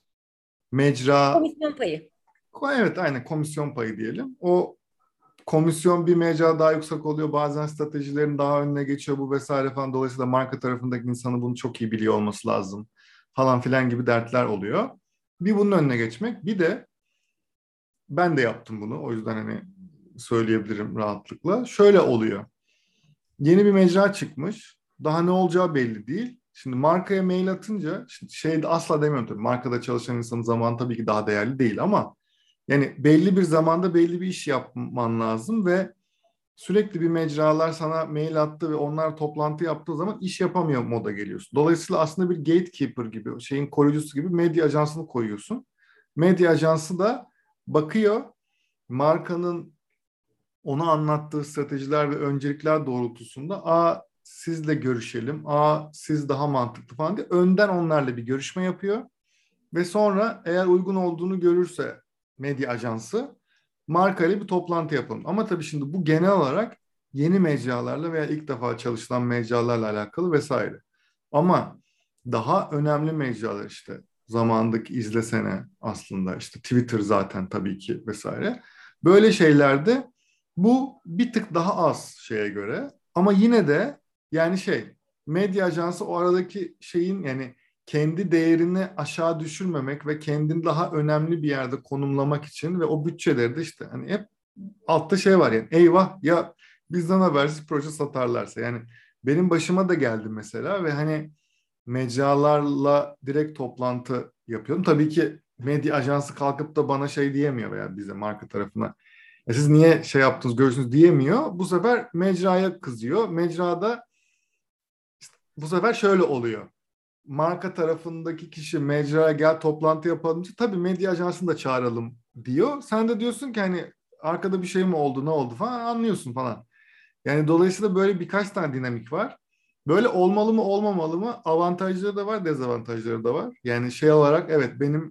mecra, Komisyon payı. evet aynen, komisyon payı diyelim. O komisyon bir mecra daha yüksek oluyor. Bazen stratejilerin daha önüne geçiyor bu vesaire falan. Dolayısıyla marka tarafındaki insanın bunu çok iyi biliyor olması lazım falan filan gibi dertler oluyor. Bir bunun önüne geçmek. Bir de ben de yaptım bunu. O yüzden hani söyleyebilirim rahatlıkla. Şöyle oluyor. Yeni bir mecra çıkmış. Daha ne olacağı belli değil. Şimdi markaya mail atınca, şimdi şey de asla demiyorum tabii. Markada çalışan insanın zamanı tabii ki daha değerli değil ama yani belli bir zamanda belli bir iş yapman lazım ve sürekli bir mecralar sana mail attı ve onlar toplantı yaptığı zaman iş yapamıyor moda geliyorsun. Dolayısıyla aslında bir gatekeeper gibi, şeyin koruyucusu gibi medya ajansını koyuyorsun. Medya ajansı da bakıyor, markanın ona anlattığı stratejiler ve öncelikler doğrultusunda a sizle görüşelim, a siz daha mantıklı falan diye önden onlarla bir görüşme yapıyor ve sonra eğer uygun olduğunu görürse medya ajansı, markayla bir toplantı yapalım. Ama tabii şimdi bu genel olarak yeni mecralarla veya ilk defa çalışılan mecralarla alakalı vesaire. Ama daha önemli mecralar işte zamandaki izlesene aslında işte Twitter zaten tabii ki vesaire. Böyle şeylerde bu bir tık daha az şeye göre ama yine de yani şey medya ajansı o aradaki şeyin yani kendi değerini aşağı düşürmemek ve kendini daha önemli bir yerde konumlamak için ve o bütçeleri de işte hani hep altta şey var yani eyvah ya bizden habersiz proje satarlarsa yani benim başıma da geldi mesela ve hani mecralarla direkt toplantı yapıyorum. Tabii ki medya ajansı kalkıp da bana şey diyemiyor veya bize marka tarafına "E siz niye şey yaptınız görüyorsunuz" diyemiyor. Bu sefer mecraya kızıyor. Mecrada işte bu sefer şöyle oluyor. Marka tarafındaki kişi mecraya gel toplantı yapalım diye tabii medya ajansını da çağıralım diyor. Sen de diyorsun ki hani arkada bir şey mi oldu ne oldu falan anlıyorsun falan. Yani dolayısıyla böyle birkaç tane dinamik var. Böyle olmalı mı olmamalı mı? Avantajları da var, dezavantajları da var. Yani şey olarak evet benim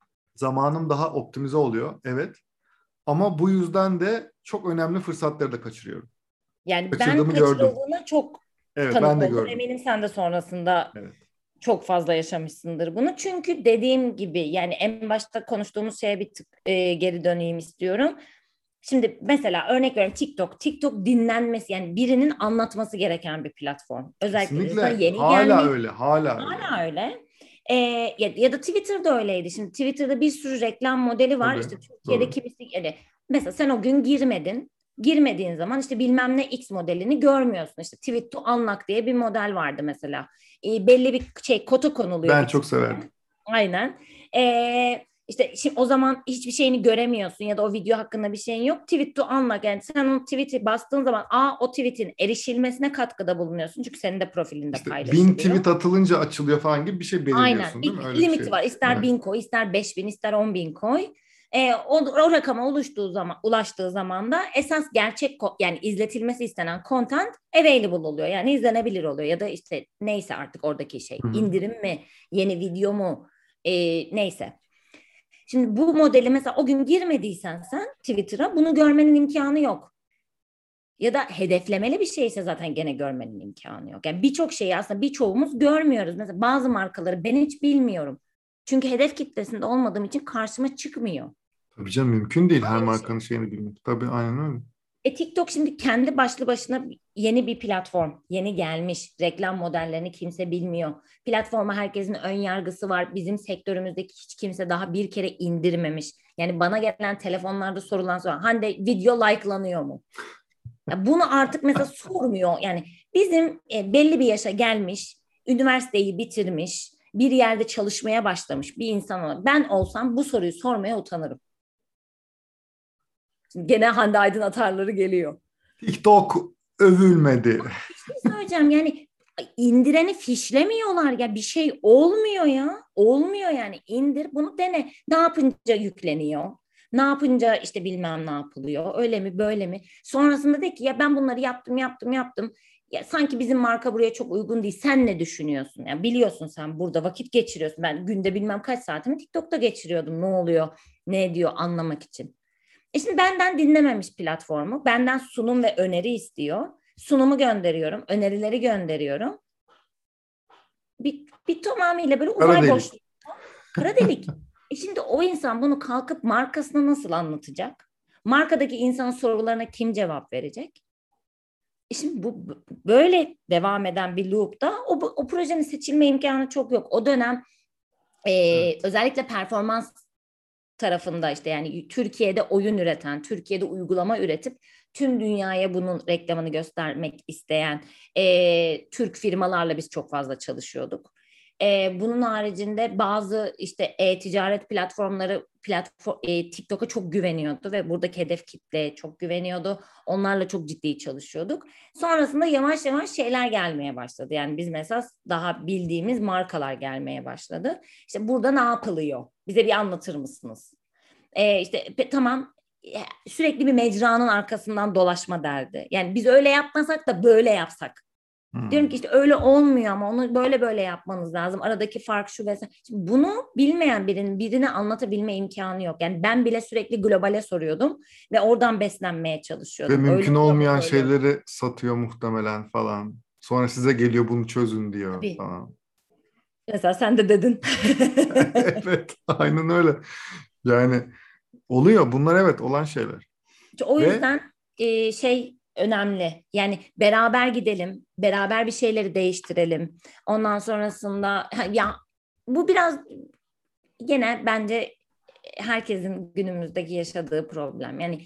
zamanım daha optimize oluyor. Evet. Ama bu yüzden de çok önemli fırsatları da kaçırıyorum. Yani ben Kaçırdığımı gördüm. kaçırıldığına çok Evet tanık ben de oldum. gördüm. Eminim sen de sonrasında Evet. çok fazla yaşamışsındır bunu. Çünkü dediğim gibi yani en başta konuştuğumuz şeye bir tık e, geri döneyim istiyorum. Şimdi mesela örnek veriyorum TikTok. TikTok dinlenmesi yani birinin anlatması gereken bir platform. Özellikle de sana Kesinlikle yeni hala gelmiş. öyle. Hala öyle yani. Hala öyle. Ee, ya, ya da Twitter'da öyleydi. Şimdi Twitter'da bir sürü reklam modeli var. Tabii. İşte Türkiye'de Doğru. kimisi yani mesela sen o gün girmedin. Girmediğin zaman işte bilmem ne X modelini görmüyorsun. İşte tweet to unlock diye bir model vardı mesela. Ee, belli bir şey kota konuluyor Ben bir çok tweet'e. severdim. Aynen. Ee, işte şimdi o zaman hiçbir şeyini göremiyorsun ya da o video hakkında bir şeyin yok. Tweet to unlock yani sen o tweet'i bastığın zaman a o tweet'in erişilmesine katkıda bulunuyorsun. Çünkü senin de profilinde İşte bin paylaşılıyor. tweet atılınca açılıyor falan gibi bir şey Aynen. belirliyorsun değil mi? Bir Öyle bir limiti şeydi. var. İster Evet. bin koy, ister beş bin, ister on bin koy. E, o, o rakama ulaştığı zaman, ulaştığı zaman da esas gerçek yani izletilmesi istenen content available oluyor. Yani izlenebilir oluyor ya da işte neyse artık oradaki şey Hı hı. indirim mi, yeni video mu e, neyse. Şimdi bu modeli mesela o gün girmediysen sen Twitter'a bunu görmenin imkanı yok. Ya da hedeflemeli bir şeyse zaten gene görmenin imkanı yok. Yani birçok şeyi aslında birçoğumuz görmüyoruz. Mesela bazı markaları ben hiç bilmiyorum. Çünkü hedef kitlesinde olmadığım için karşıma çıkmıyor. Tabii canım mümkün değil her Aynı şey. markanın şeyini bilmek. Tabii aynen öyle. E TikTok şimdi kendi başlı başına yeni bir platform. Yeni gelmiş. Reklam modellerini kimse bilmiyor. Platforma herkesin ön yargısı var. Bizim sektörümüzdeki hiç kimse daha bir kere indirmemiş. Yani bana gelen telefonlarda sorulan soru. Hande video like'lanıyor mu? Ya bunu artık mesela sormuyor. Yani bizim e, belli bir yaşa gelmiş, üniversiteyi bitirmiş, bir yerde çalışmaya başlamış bir insan olarak ben olsam bu soruyu sormaya utanırım. Şimdi gene Hande Aydın atarları geliyor. TikTok övülmedi. Bir şey söyleyeceğim yani indireni fişlemiyorlar ya bir şey olmuyor ya. Olmuyor yani indir bunu dene. Ne yapınca yükleniyor? Ne yapınca işte bilmem ne yapılıyor. Öyle mi böyle mi? Sonrasında de ki ya ben bunları yaptım yaptım yaptım. Ya sanki bizim marka buraya çok uygun değil. Sen ne düşünüyorsun? Yani biliyorsun sen burada vakit geçiriyorsun. Ben günde bilmem kaç saatimi TikTok'ta geçiriyordum. Ne oluyor? Ne ediyor anlamak için. E şimdi benden dinlememiş platformu. Benden sunum ve öneri istiyor. Sunumu gönderiyorum. Önerileri gönderiyorum. Bir, bir tamamıyla böyle Kara uzay delik. boşluğu. Kara delik. E şimdi o insan bunu kalkıp markasına nasıl anlatacak? Markadaki insanın sorularına kim cevap verecek? E şimdi bu böyle devam eden bir loop'ta o, o projenin seçilme imkanı çok yok. O dönem e, Evet. özellikle performans tarafında işte yani Türkiye'de oyun üreten, Türkiye'de uygulama üretip tüm dünyaya bunun reklamını göstermek isteyen e, Türk firmalarla biz çok fazla çalışıyorduk. E, bunun haricinde bazı işte e-ticaret platformları platform, e, TikTok'a çok güveniyordu ve buradaki hedef kitleye çok güveniyordu. Onlarla çok ciddi çalışıyorduk. Sonrasında yavaş yavaş şeyler gelmeye başladı. Yani biz mesela daha bildiğimiz markalar gelmeye başladı. İşte burada ne yapılıyor? Bize bir anlatır mısınız? Ee, işte pe, tamam sürekli bir mecranın arkasından dolaşma derdi. Yani biz öyle yapmasak da böyle yapsak. Diyorum ki Hmm. işte öyle olmuyor ama onu böyle böyle yapmanız lazım. Aradaki fark şu vesaire. Şimdi bunu bilmeyen birinin birine anlatabilme imkanı yok. Yani ben bile sürekli globale soruyordum ve oradan beslenmeye Ve çalışıyordum. Öyle mümkün oluyor mu olmayan böyle oluyor. şeyleri satıyor muhtemelen falan. Sonra size geliyor bunu çözün diyor Tabii. falan. Mesela sen de dedin. Evet, aynen öyle. Yani oluyor. Bunlar evet olan şeyler. O Ve yüzden e, şey önemli. Yani beraber gidelim, beraber bir şeyleri değiştirelim. Ondan sonrasında ha, ya bu biraz gene bence herkesin günümüzdeki yaşadığı problem. Yani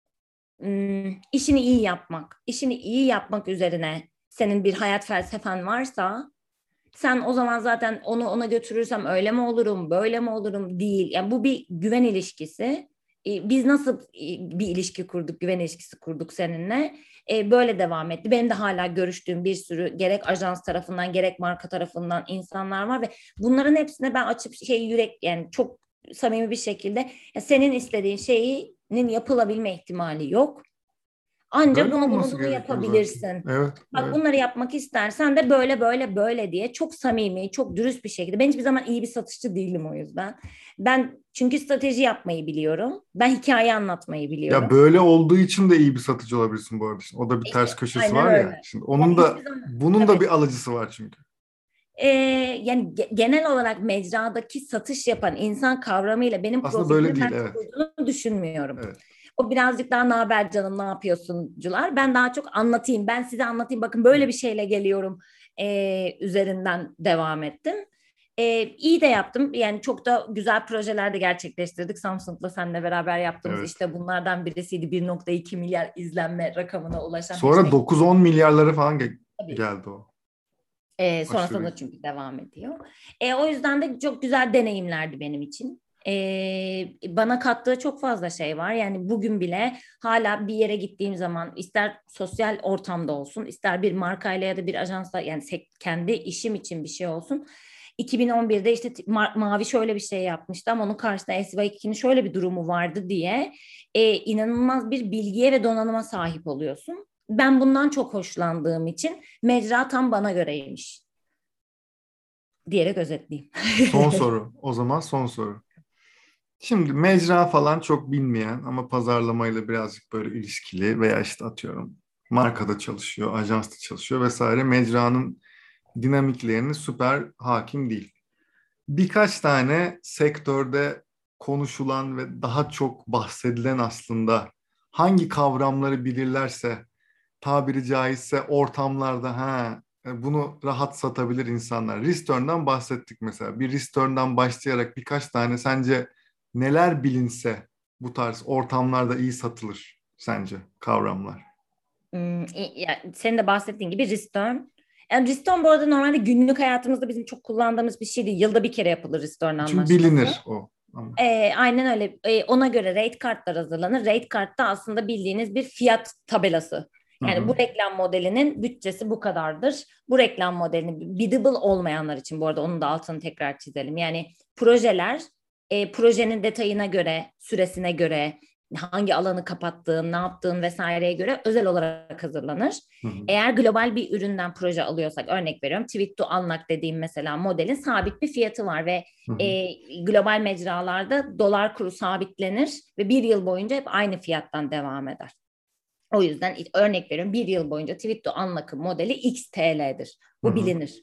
ım, işini iyi yapmak, işini iyi yapmak üzerine senin bir hayat felsefen varsa sen o zaman zaten onu ona götürürsem öyle mi olurum, böyle mi olurum değil. Yani bu bir güven ilişkisi. E, Biz nasıl e, bir ilişki kurduk, güven ilişkisi kurduk seninle. E, Böyle devam etti. Benim de hala görüştüğüm bir sürü gerek ajans tarafından gerek marka tarafından insanlar var ve bunların hepsine ben açıp şey yürek yani çok samimi bir şekilde ya senin istediğin şeyinin yapılabilme ihtimali yok. Anca böyle bunu bunu olması bunu gerekiyor zaten. yapabilirsin. Evet, Bak evet. bunları yapmak istersen de böyle böyle böyle diye çok samimi, çok dürüst bir şekilde. Ben hiçbir zaman iyi bir satışçı değilim o yüzden. Ben çünkü strateji yapmayı biliyorum. Ben hikaye anlatmayı Ya biliyorum. böyle olduğu için de iyi bir satıcı olabilirsin bu arada. Şimdi o da bir ters İşte köşesi aynen var ya. öyle. Şimdi Yani onun hiçbir da zaman bunun da tabii. bir alıcısı var çünkü. Ee, Yani ge- genel olarak mecradaki satış yapan insan kavramıyla benim Aslında böyle profilimin değil, ben çok evet. uyduğunu düşünmüyorum. Evet. O birazcık daha ne haber canım ne yapıyorsuncular. Ben daha çok anlatayım. Ben size anlatayım. Bakın böyle bir şeyle geliyorum ee, üzerinden devam ettim. Ee, iyi de yaptım. Yani çok da güzel projeler de gerçekleştirdik. Samsung'la seninle beraber yaptığımız Evet. işte bunlardan birisiydi. bir nokta iki milyar izlenme rakamına ulaşan Sonra hashtag. dokuz on milyarlara falan ge- Tabii. geldi o. E, Aşırı sonrasında da çünkü devam ediyor. E, o yüzden de çok güzel deneyimlerdi benim için. E, Bana kattığı çok fazla şey var. Yani bugün bile hala bir yere gittiğim zaman ister sosyal ortamda olsun, ister bir markayla ya da bir ajansla yani kendi işim için bir şey olsun. iki bin on birde işte Ma- Mavi şöyle bir şey yapmıştı ama onun karşısında S Y ikinin şöyle bir durumu vardı diye e, inanılmaz bir bilgiye ve donanıma sahip oluyorsun. Ben bundan çok hoşlandığım için mecra tam bana göreymiş diyerek özetleyeyim. Son soru. O zaman son soru. Şimdi mecra falan çok bilmeyen ama pazarlamayla birazcık böyle ilişkili veya işte atıyorum markada çalışıyor, ajansta çalışıyor vesaire mecranın dinamiklerini süper hakim değil. Birkaç tane sektörde konuşulan ve daha çok bahsedilen aslında hangi kavramları bilirlerse tabiri caizse ortamlarda ha bunu rahat satabilir insanlar. Risturn'dan bahsettik mesela. Bir Risturn'dan başlayarak birkaç tane sence neler bilinse bu tarz ortamlarda iyi satılır sence kavramlar? Hmm, ya, senin de bahsettiğin gibi Ristorn. Yani Ristorn bu arada normalde günlük hayatımızda bizim çok kullandığımız bir şey değil. Yılda bir kere yapılır Ristorn Çünkü anlaşması. bilinir o. Ama. Ee, aynen öyle. Ee, ona göre rate kartlar hazırlanır. Rate kartta aslında bildiğiniz bir fiyat tabelası. Hı Yani hı. bu reklam modelinin bütçesi bu kadardır. Bu reklam modelinin biddable olmayanlar için bu arada onun da altını tekrar çizelim. Yani projeler e, projenin detayına göre, süresine göre, hangi alanı kapattığın, ne yaptığın vesaireye göre özel olarak hazırlanır. Hı hı. Eğer global bir üründen proje alıyorsak örnek veriyorum. Tweet to Unlock dediğim mesela modelin sabit bir fiyatı var ve Hı hı. e, global mecralarda dolar kuru sabitlenir ve bir yıl boyunca hep aynı fiyattan devam eder. O yüzden örnek veriyorum bir yıl boyunca Tweet to Unlock'ın modeli X T L'dir. Hı Bu hı. bilinir.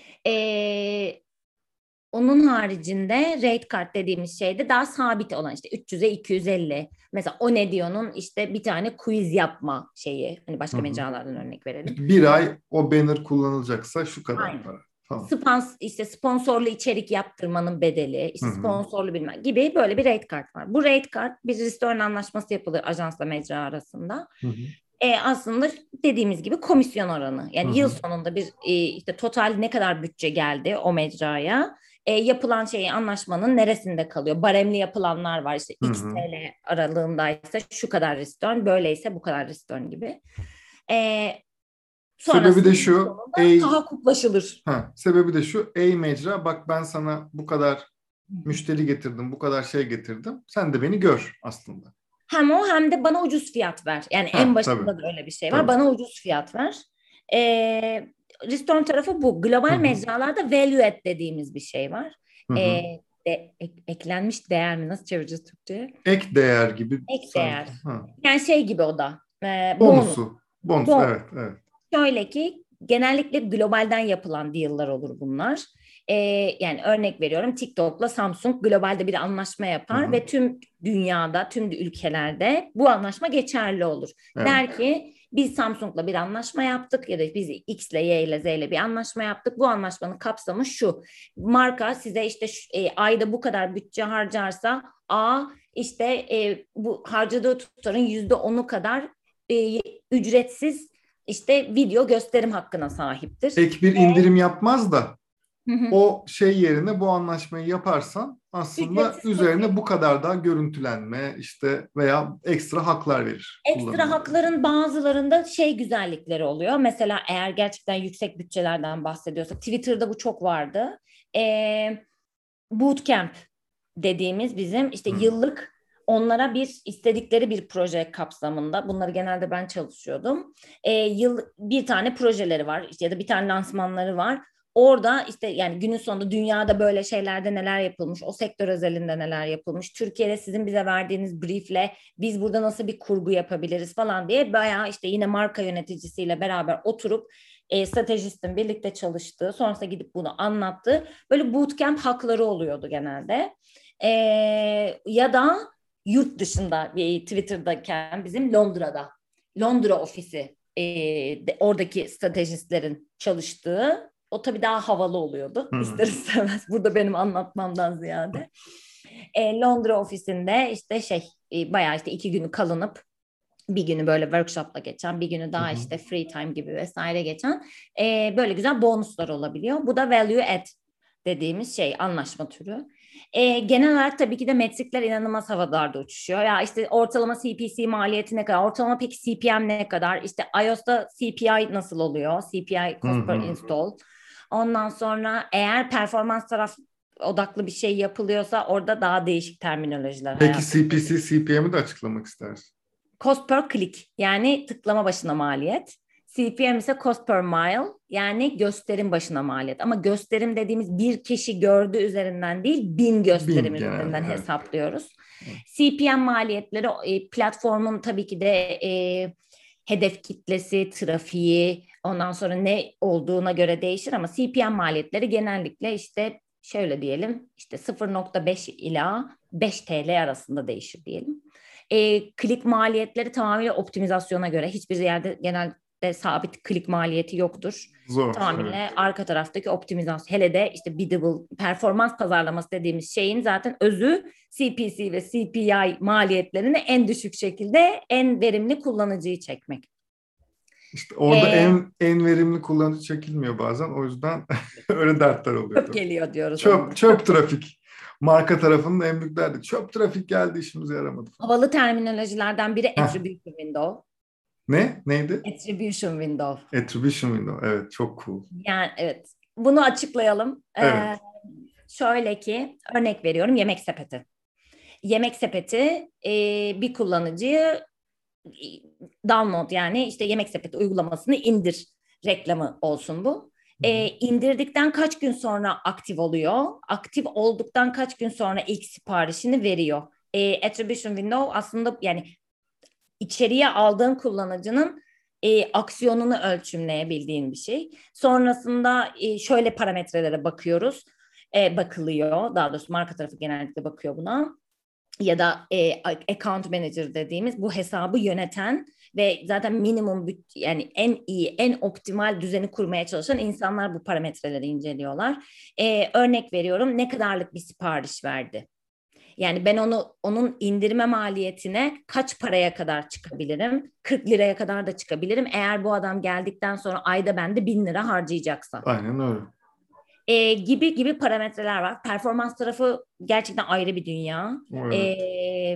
E, Onun haricinde rate card dediğimiz şeyde daha sabit olan işte üç yüze iki yüz elli. Mesela Onedio'nun işte bir tane quiz yapma şeyi. Hani Hı başka hı. mecralardan örnek verelim. İşte bir ay o banner kullanılacaksa şu kadar Aynen. para falan. Spons, işte sponsorlu içerik yaptırmanın bedeli, Hı işte hı. sponsorlu bilmem gibi böyle bir rate card var. Bu rate card bir return anlaşması yapılır ajansla mecra arasında. Hı hı. E, aslında dediğimiz gibi komisyon oranı. Hı Yani yıl hı. sonunda bir e, işte total ne kadar bütçe geldi o mecraya. E, yapılan şeyi anlaşmanın neresinde kalıyor? Baremli yapılanlar var işte Hı X hı. T L aralığındaysa şu kadar return, böyleyse bu kadar return gibi. E, Sebebi de Sonrasında yıl şu, sonunda ey tahakkuklaşılır. ha, sebebi de şu, ey mecra bak ben sana bu kadar müşteri getirdim, bu kadar şey getirdim. Sen de beni gör aslında. Hem o hem de bana ucuz fiyat ver. Yani en Ha, tabii, başında da öyle bir şey var. tabii. Bana ucuz fiyat ver. Ee, Restore tarafı bu. Hı Global hı. mecralarda value add dediğimiz bir şey var. Hı Ee, hı. de, ek- eklenmiş değer mi? Nasıl çevireceğiz Türkçe'ye? Ek değer gibi Ek sanki. değer. Ha. Yani şey gibi o da. E, bonus. Bonusu. Bonus, Bonus. evet, evet. Şöyle ki genellikle globalden yapılan deal'lar olur bunlar. e, yani örnek veriyorum, TikTok'la Samsung globalde bir anlaşma Hı yapar hı. ve tüm dünyada, tüm ülkelerde bu anlaşma geçerli olur. Evet. Der ki biz Samsung'la bir anlaşma yaptık ya da biz X ile Y ile Z ile bir anlaşma yaptık. Bu anlaşmanın kapsamı şu: marka size işte şu, e, ayda bu kadar bütçe harcarsa A işte e, bu harcadığı tutarın yüzde onu kadar e, ücretsiz işte video gösterim hakkına sahiptir. Ek bir indirim yapmaz da Hı hı. o şey yerine bu anlaşmayı yaparsan aslında Ücretsiz üzerine bu kadar daha görüntülenme işte veya ekstra haklar verir Ekstra kullanıcıya. hakların bazılarında şey güzellikleri oluyor. Mesela eğer gerçekten yüksek bütçelerden bahsediyorsak, Twitter'da bu çok vardı. Ee, Bootcamp dediğimiz bizim işte Hmm. yıllık onlara bir istedikleri bir proje kapsamında. Bunları genelde ben çalışıyordum. Ee, yıl bir tane projeleri var işte, ya da bir tane lansmanları var. Orada işte yani günün sonunda dünyada böyle şeylerde neler yapılmış, o sektör özelinde neler yapılmış, Türkiye'de sizin bize verdiğiniz briefle biz burada nasıl bir kurgu yapabiliriz falan diye bayağı işte yine marka yöneticisiyle beraber oturup e, stratejistin birlikte çalıştığı, sonrasında gidip bunu anlattığı böyle bootcamp hakları oluyordu genelde. E, Ya da yurt dışında bir Twitter'dayken bizim Londra'da Londra ofisi e, de, oradaki stratejistlerin çalıştığı, o tabii daha havalı oluyordu Hmm. ister istemez burada benim anlatmamdan ziyade. E, Londra ofisinde işte şey e, bayağı işte iki günü kalınıp bir günü böyle workshopla geçen, bir günü Hı daha hı. işte free time gibi vesaire geçen e, böyle güzel bonuslar olabiliyor. Bu da value add dediğimiz şey, anlaşma türü. E, genel olarak tabii ki de metrikler inanılmaz havalarda uçuşuyor. Ya işte ortalama C P C maliyeti ne kadar? Ortalama peki C P M ne kadar? İşte iOS'ta C P I nasıl oluyor? C P I, Hı cost per hı. install. Ondan sonra eğer performans taraf odaklı bir şey yapılıyorsa orada daha değişik terminolojiler Peki hayatım. C P C, C P M'i de açıklamak istersin. Cost per click, yani tıklama başına maliyet. C P M ise cost per mile, yani gösterim başına maliyet. Ama gösterim dediğimiz bir kişi gördüğü üzerinden değil, bin Bin gösterim genelde, üzerinden evet. hesaplıyoruz. C P M maliyetleri e, platformun tabii ki de e, hedef kitlesi, trafiği, ondan sonra ne olduğuna göre değişir ama C P M maliyetleri genellikle işte şöyle diyelim, işte sıfır nokta beş ila beş T L arasında değişir diyelim. E, klik maliyetleri tamamıyla optimizasyona göre. Hiçbir yerde genelde sabit klik maliyeti yoktur. Zor, evet. Tamamıyla arka taraftaki optimizasyon. Hele de işte biddable, performans pazarlaması dediğimiz şeyin zaten özü C P C ve C P I maliyetlerini en düşük şekilde en verimli kullanıcıyı çekmek. İşte orada E, en en verimli kullanıcı çekilmiyor bazen. O yüzden öyle dertler oluyor Çöp tabii. geliyor diyoruz onun Çöp, da. çöp trafik. Marka tarafının en büyük derdi. Çöp trafik geldi, işimize yaramadı falan. Havalı terminolojilerden biri Heh, attribution window. ne? Neydi? Attribution window. Attribution window. Evet, çok cool. Yani evet. Bunu açıklayalım. Ee, Evet. şöyle ki örnek veriyorum, Yemek Sepeti. Yemek Sepeti e, bir kullanıcıyı e, download, yani işte Yemek Sepeti uygulamasını indir reklamı olsun bu. Hı hı. E, indirdikten kaç gün sonra aktif oluyor? Aktif olduktan kaç gün sonra ilk siparişini veriyor? E, attribution window aslında yani içeriye aldığın kullanıcının e, aksiyonunu ölçümleyebildiğin bir şey. Sonrasında e, şöyle parametrelere bakıyoruz. E, bakılıyor. Daha doğrusu marka tarafı genellikle bakıyor buna. Ya da e, account manager dediğimiz bu hesabı yöneten ve zaten minimum yani en iyi, en optimal düzeni kurmaya çalışan insanlar bu parametreleri inceliyorlar. E, örnek veriyorum, ne kadarlık bir sipariş verdi? Yani ben onu onun indirme maliyetine kaç paraya kadar çıkabilirim? kırk liraya kadar da çıkabilirim. Eğer bu adam geldikten sonra ayda bende bin lira harcayacaksa. Aynen öyle. E, gibi gibi parametreler var. Performans tarafı gerçekten ayrı bir dünya. E, Evet.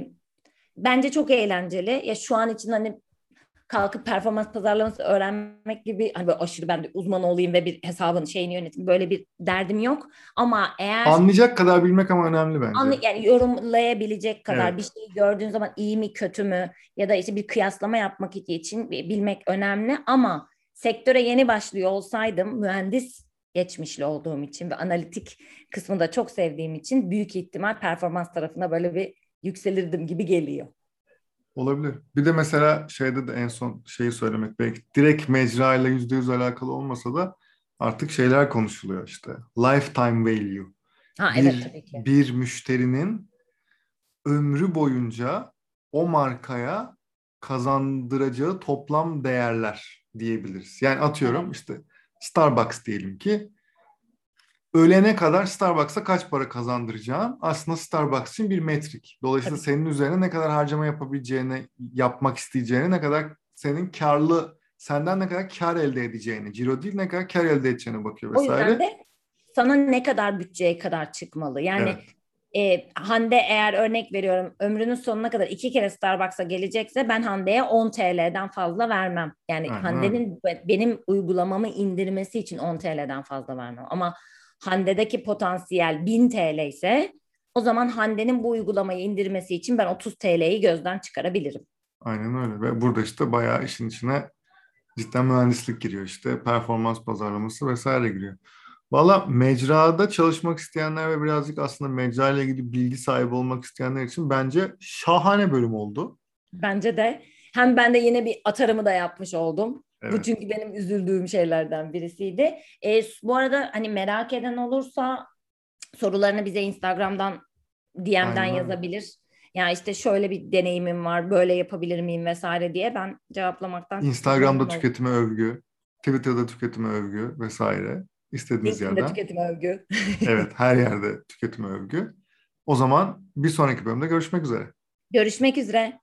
bence çok eğlenceli. Ya şu an için hani kalkıp performans pazarlaması öğrenmek gibi hani böyle aşırı ben de uzman olayım ve bir hesabın şeyini yöneteyim, böyle bir derdim yok. Ama eğer Anlayacak kadar bilmek ama önemli bence. anlı yani yorumlayabilecek kadar bir Evet. şeyi gördüğün zaman iyi mi kötü mü ya da işte bir kıyaslama yapmak için bilmek önemli, ama sektöre yeni başlıyor olsaydım, mühendis geçmişli olduğum için ve analitik kısmını da çok sevdiğim için büyük ihtimal performans tarafına böyle bir yükselirdim gibi geliyor. Olabilir. Bir de mesela şeyde de en son şeyi söylemek belki direkt mecra ile yüzde yüz alakalı olmasa da artık şeyler konuşuluyor işte. Lifetime value. Ha evet Bir, tabii ki. bir müşterinin ömrü boyunca o markaya kazandıracağı toplam değerler diyebiliriz. Yani atıyorum Evet. işte Starbucks diyelim ki ölene kadar Starbucks'a kaç para kazandıracağın aslında Starbucks için bir metrik. Dolayısıyla Tabii ki. senin üzerine ne kadar harcama yapabileceğini, yapmak isteyeceğini, ne kadar senin karlı, senden ne kadar kar elde edeceğini, ciro değil ne kadar kar elde edeceğine bakıyor O yüzden vesaire. de sana ne kadar bütçeye kadar çıkmalı? Yani Evet. e, Hande eğer örnek veriyorum ömrünün sonuna kadar iki kere Starbucks'a gelecekse ben Hande'ye on T L'den fazla vermem. Yani Aynen öyle. Hande'nin benim uygulamamı indirmesi için on T L'den fazla vermem. Ama Hande'deki potansiyel bin T L ise o zaman Hande'nin bu uygulamayı indirmesi için ben otuz T L'yi gözden çıkarabilirim. Aynen öyle. Ve burada işte bayağı işin içine cidden mühendislik giriyor işte. Performans pazarlaması vesaire giriyor. Valla mecrada çalışmak isteyenler ve birazcık aslında mecra ile ilgili bilgi sahibi olmak isteyenler için bence şahane bölüm oldu. Bence de hem ben de yine bir atarımı da yapmış oldum. Bu Evet. çünkü benim üzüldüğüm şeylerden birisiydi. E, bu arada hani merak eden olursa sorularını bize Instagram'dan D M'den Aynen öyle. yazabilir. Ya işte şöyle bir deneyimim var, böyle yapabilir miyim vesaire diye ben cevaplamaktan çok Instagram'da memnun oldum. tüketime övgü, Twitter'da tüketime övgü vesaire. İstediğiniz LinkedIn'de yerden. tüketime övgü. Evet, her yerde tüketime övgü. O zaman bir sonraki bölümde görüşmek üzere. Görüşmek üzere.